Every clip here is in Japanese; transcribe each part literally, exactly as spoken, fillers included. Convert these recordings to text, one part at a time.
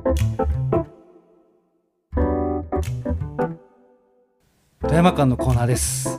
富山間のコーナーです。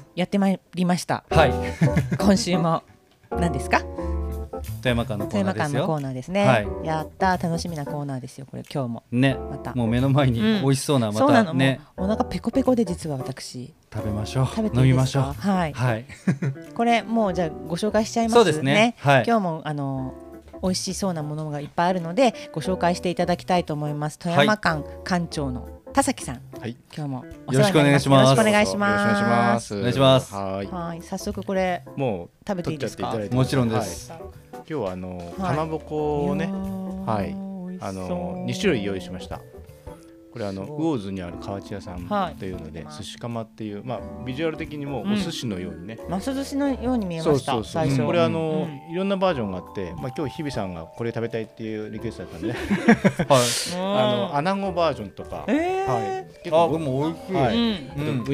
やってまいりました。 はい今週も何ですか？ 富山間のコーナーですよ。 富山間のコーナーですね、はい、やった楽しみなコーナーですよこれ。今日もね、 またもう目の前に美味しそうな、うん、またそうなの、 ね、 お腹ペコペコで実は私食べましょう。 食べていいですか？飲みましょう。はい、はい、これもうじゃあご紹介しちゃいますね。 そうですね、はい、 今日もあの美味しそうなものがいっぱいあるのでご紹介していただきたいと思います。富山間館長の田崎さん、はい、今日もお世話になります。よろしくお願いします。 お願いします。 はい、早速これもう食べていいですか？ もちろんです。 はい、今日はあのかまぼこをね、はい、あのに種類用意しました。これあの魚津にある河内屋さんというので、寿司釜っていう、まあビジュアル的にもお寿司のようにね、 マス寿司のように見えました。最初これあのいろんなバージョンがあって、まあ今日日比さんがこれ食べたいっていうリクエストだったんで、あのアナゴバージョンとか、はい、 結構僕も美味しい。はい、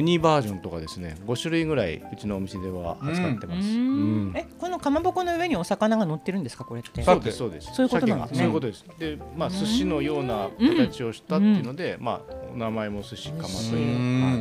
ウニバージョンとかですね、ご種類ぐらいうちのお店では扱ってます。 え、このかまぼこの上にお魚が乗ってるんですかこれって？ そうですそうです。 そういうことなんですね。 そういうことです。で、まあ寿司のような形をしたっていうので、まあ名前も寿司かまという、はい、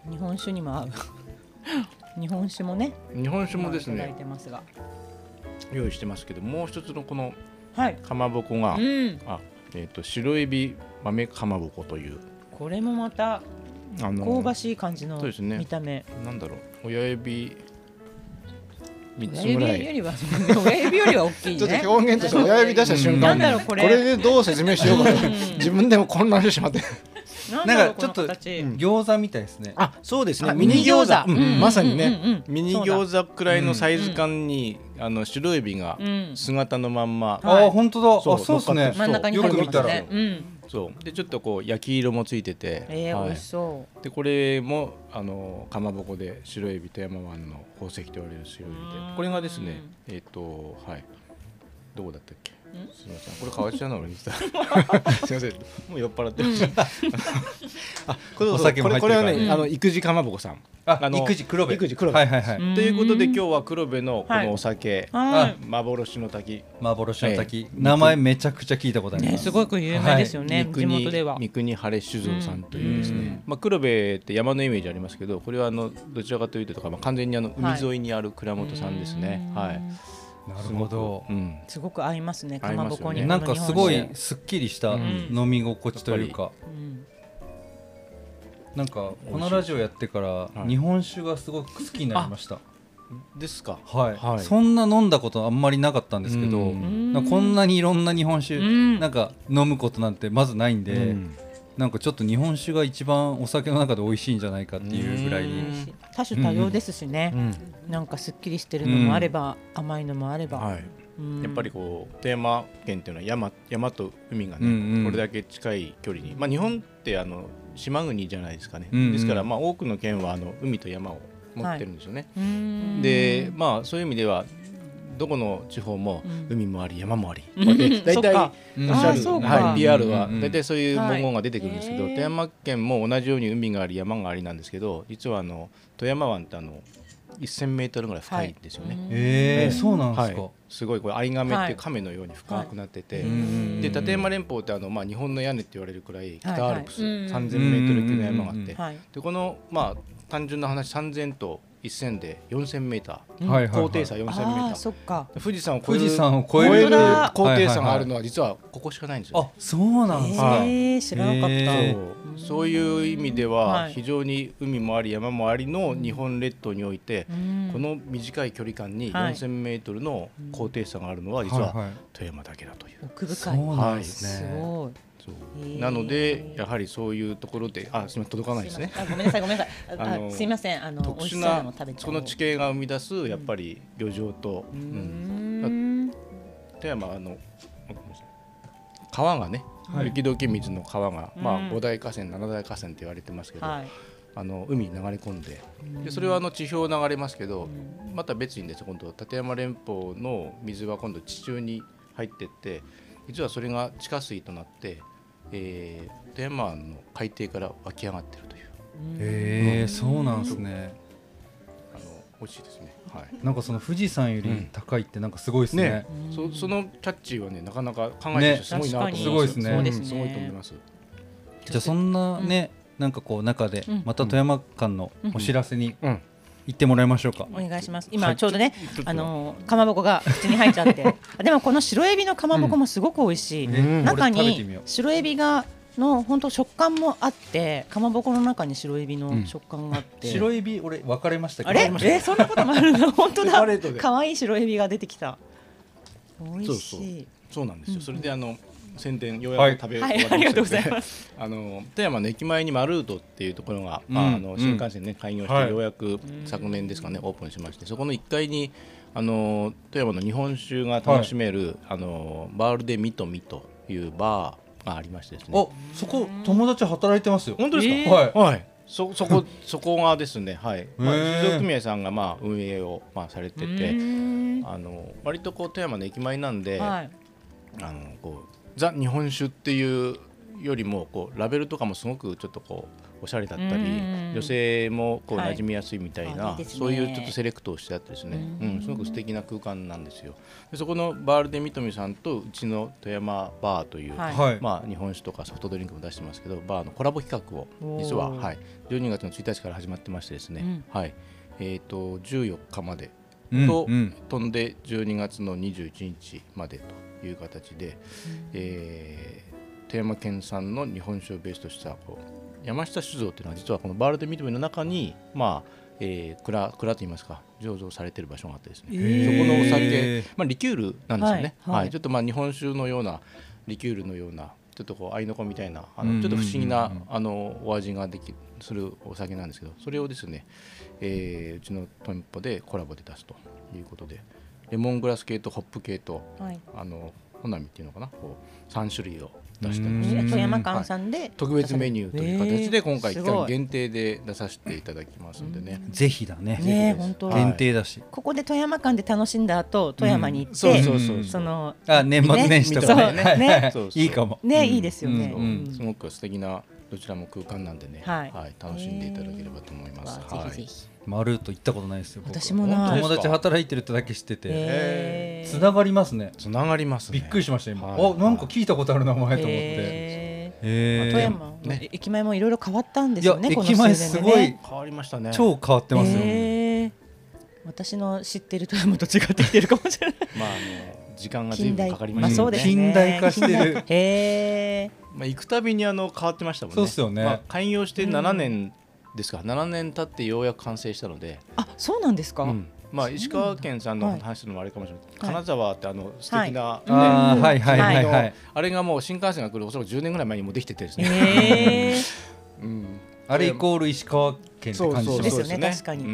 日本酒にも合う日本酒もね、 日本酒もですね用意してますけど、もう一つのこのかまぼこが、はい、あ、えーと、白エビ豆かまぼこという、 これもまた香ばしい感じの見た目、ね、 なんだろう、親指みっつぐらい、親指よりは親指よりは大きいね。 ちょっと表現として親指出した瞬間、うん、これ、これでどう説明しようかと自分でも混乱してしまってなんかちょっと餃子みたいですね。 あ、そうですね。ミニ餃子、まさにね、ミニ餃子くらいのサイズ感にあの白エビが姿のまんま。 あ、本当だ。あ、そうですね。 真ん中に入ってますね。 そうでちょっとこう焼き色もついてて、 えー、美味しそう。 でこれもあのかまぼこで白エビ富山湾の宝石と言われる白エビで、これがですね、えっとはい、どこだったっけ？すみません、これ河内屋の俺に来た。すみません、もう酔っ払ってる。あ、これお酒も入ってるから。これはね、あの育児かまぼこさん。 あ、育児黒部。 育児黒部。はいはいはい。ということで今日は黒部のこのお酒、幻の滝。 幻の滝。名前めちゃくちゃ聞いたことあります。 すごく有名ですよね。地元では。 三国晴れ酒造さんというですね。まあ黒部って山のイメージありますけど、これはあのどちらかというととか、まあ完全にあの海沿いにある蔵元さんですね。はい。 なるほど、 うん、すごく合いますね、かまぼこに、 ね、なんかすごいすっきりした飲み心地というか、うん、なんかこのラジオやってから日本酒がすごく好きになりました。 ですか、 はいはい、そんな飲んだことあんまりなかったんですけど、んこんなにいろんな日本酒なんか飲むことなんてまずないんで、うん、なんかちょっと日本酒が一番お酒の中で美味しいんじゃないかっていうぐらいに、 多種多様ですしね、うんうん、なんかすっきりしてるのもあれば、うん、甘いのもあれば、はい、 うん、やっぱりこう富山県っていうのは 山, 山と海がね、うんうん、これだけ近い距離に、まあ、日本ってあの島国じゃないですかね、うんうん、ですからまあ多くの県はあの海と山を持ってるんですよね、はい、でまあそういう意味ではどこの地方も海もあり山もあり、うん、だいたいおっしゃる、はい、ピーアール はだいたいそういう文言が出てくるんですけど、はい、富山県も同じように海があり山がありなんですけど、実はあの富山湾ってあのせんメートルぐらい深いんですよね。 えー、そうなんですか、はい、 すごいこれアイガメっていう亀のように深くなってて、はい、で立山連峰ってあの、まあ、日本の屋根って言われるくらい北アルプス、はいはい、さんぜんメートル級の山があって、はい、でこの、まあ、単純な話さんぜんとせんでよんせんメーター、はいはいはい、高低差よんせんメーター、 そっか、 富士山を超える、 超える高低差があるのは実はここしかないんですよ、ね、 あ、そうなんですか、 えー、知らなかった、 えー、そう、そういう意味では非常に海もあり山もありの日本列島において、うん、この短い距離感によんせんメートルの高低差があるのは実は富山だけだという、 奥深い、 そうなんですね、 すごい、 なのでやはりそういうところで、あ、すみません、届かないですね。 あ、ごめんなさいごめんなさい。あのすみません、あの特殊なその地形が生み出すやっぱり漁場と、うん、富山あの川がね、はい、雪解け水の川が、まあ、ご大河川なな大河川って言われてますけど、はい、あの海に流れ込んで、でそれはあの地表を流れますけど、また別にです、今度立山連峰の水は今度地中に入っていって、実はそれが地下水となってえー、富山湾の海底から湧き上がっているという。 へえ、そうなんですね。 あの美味しいですね。はい。 なんかその富士山より高いってなんかすごいですね。 そそのキャッチはねなかなか考えてる人すごいなと思います。 すごいですね。 そうですね。 すごいと思います。 じゃあそんなねなんかこう中でまた富山間のお知らせに行ってもらいましょうか。 お願いします。今ちょうどねあのかまぼこが口に入っちゃって、でもこの白エビのかまぼこもすごく美味しい。中に白エビがの本当食感もあって、かまぼこの中に白エビの食感があって、 うん、白エビ俺分かれましたけど、 あれえそんなこともあるの本当だ可愛い白エビが出てきた。美味しい。そうそうそうなんですよ。うん、それであの宣伝ようやく食べ終わりました、 はいはい、ありがとうございます。 あの富山の駅前にマルートっていうところが、うん、まあ、あの新幹線ね開業して、はい、ようやく昨年ですかねオープンしまして、そこのいっかいにあの富山の日本酒が楽しめる、はい、あのバールデミトミというバーありましてですね。 あ、そこ友達働いてますよ。 本当ですか。はい、はい、そそこそこがですね、はい、まあ、酒造組合さんがまあ運営をまあされてて、あの割とこう富山の駅前なんで、はい、あのこうザ日本酒っていうよりもこうラベルとかもすごくちょっとこうおしゃれだったり、女性もこう馴染みやすいみたいな、はい、そういうちょっとセレクトをしてあってですね、うん、すごく素敵な空間なんですよ。でそこのバールデミトミさんとうちの富山バーという、はい、まあ、日本酒とかソフトドリンクも出してますけど、バーのコラボ企画を実は、はい、じゅうにがつのついたちから始まってましてですね、うん、はい、えー、とじゅうよっかまでと、うんうん、飛んでじゅうにがつのにじゅういちにちまでという形で、うん、えー、富山県産の日本酒をベースとしたこう山下酒造というのは実はこのバールデミトミの中に、まあえー、蔵, 蔵といいますか醸造されている場所があってですね、そこのお酒、まあ、リキュールなんですよね、はいはいはい、ちょっとまあ日本酒のようなリキュールのようなちょっとこう合いの子みたいなあのちょっと不思議なあのお味ができするお酒なんですけど、それをですね、えー、うちの店舗でコラボで出すということで、レモングラス系とホップ系と、はい、あのほなみっていうのかな、こうさんしゅるいを出してます。 富山間さんで、はい、 特別メニューという形で今回期間限定で出させていただきますんでね、 ぜひだね、 ね、本当限定だし、 ここで富山間で楽しんだ後富山に行って、そのあ年末年始とかね、ねいいかもね、いいですよね、 すごく素敵などちらも空間なんでね、はいはい、楽しんでいただければと思います。 ぜひぜひ。 マルート行ったことないですよ。 私もない。 友達働いてるってだけ知ってて、つながりますね。 つながりますね。 びっくりしました今。あ、なんか聞いたことある名前と思って。 富山の駅前もいろいろ変わったんですよね。 駅前すごい変わりましたね。 超変わってますよ。 私の知ってる富山と違ってきてるかもしれない。 まああの時間が随分かかりましたね。 近代化してる。 へえ。 まあ行くたびにあの変わってましたもんね。 そうですよね。 開業してななねんですか、ななねん経ってようやく完成したので。 あ、そうなんですか。うん、 まあ石川県さんの話するのもあれかもしれない、はい、金沢ってあの素敵な、 はい、あはいはいはいはい、 あれがもう新幹線が来るおそらくじゅうねんぐらい前にもうできててですね、 うん、あれイコール石川県って感じしますよね。確かに、うん、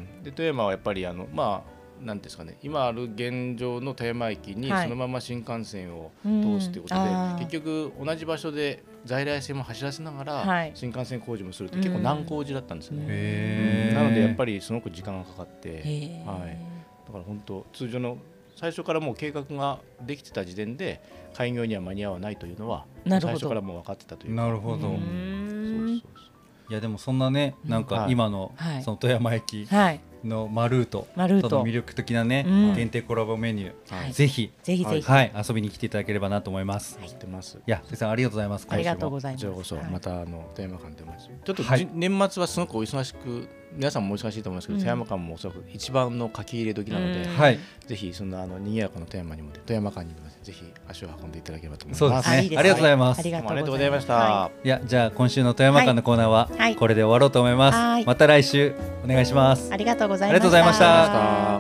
で富山はやっぱりあのまあなんですかね、今ある現状の富山駅にそのまま新幹線を通すということで、はい、結局同じ場所で在来線も走らせながら新幹線工事もするって結構難工事だったんですよね、うん、なのでやっぱりすごく時間がかかって、はい、だから本当通常の最初からもう計画ができてた時点で開業には間に合わないというのは最初からもう分かってたという。 なるほど。そうそうそう。いやでもそんなね、なんか今のその富山駅のマルート、その魅力的なね限定コラボメニュー、ぜひぜひぜひはい遊びに来ていただければなと思います。 知ってます。 いや、瀬さんありがとうございます。 ありがとうございます。 じゃあこそまたあの富山間出ます。ちょっと年末はすごくお忙しく、皆さんもお忙しいと思いますけど、富山間もおそらく一番の書き入れ時なので、ぜひそんなあの賑やかな富山にも富山間にもぜひ足を運んでいただければと思います。 そうですね。ありがとうございます。 ありがとうございました。 いや、じゃあ今週の富山間のコーナーはこれで終わろうと思います。また来週お願いします。 ありがとうございました。 ありがとうございました。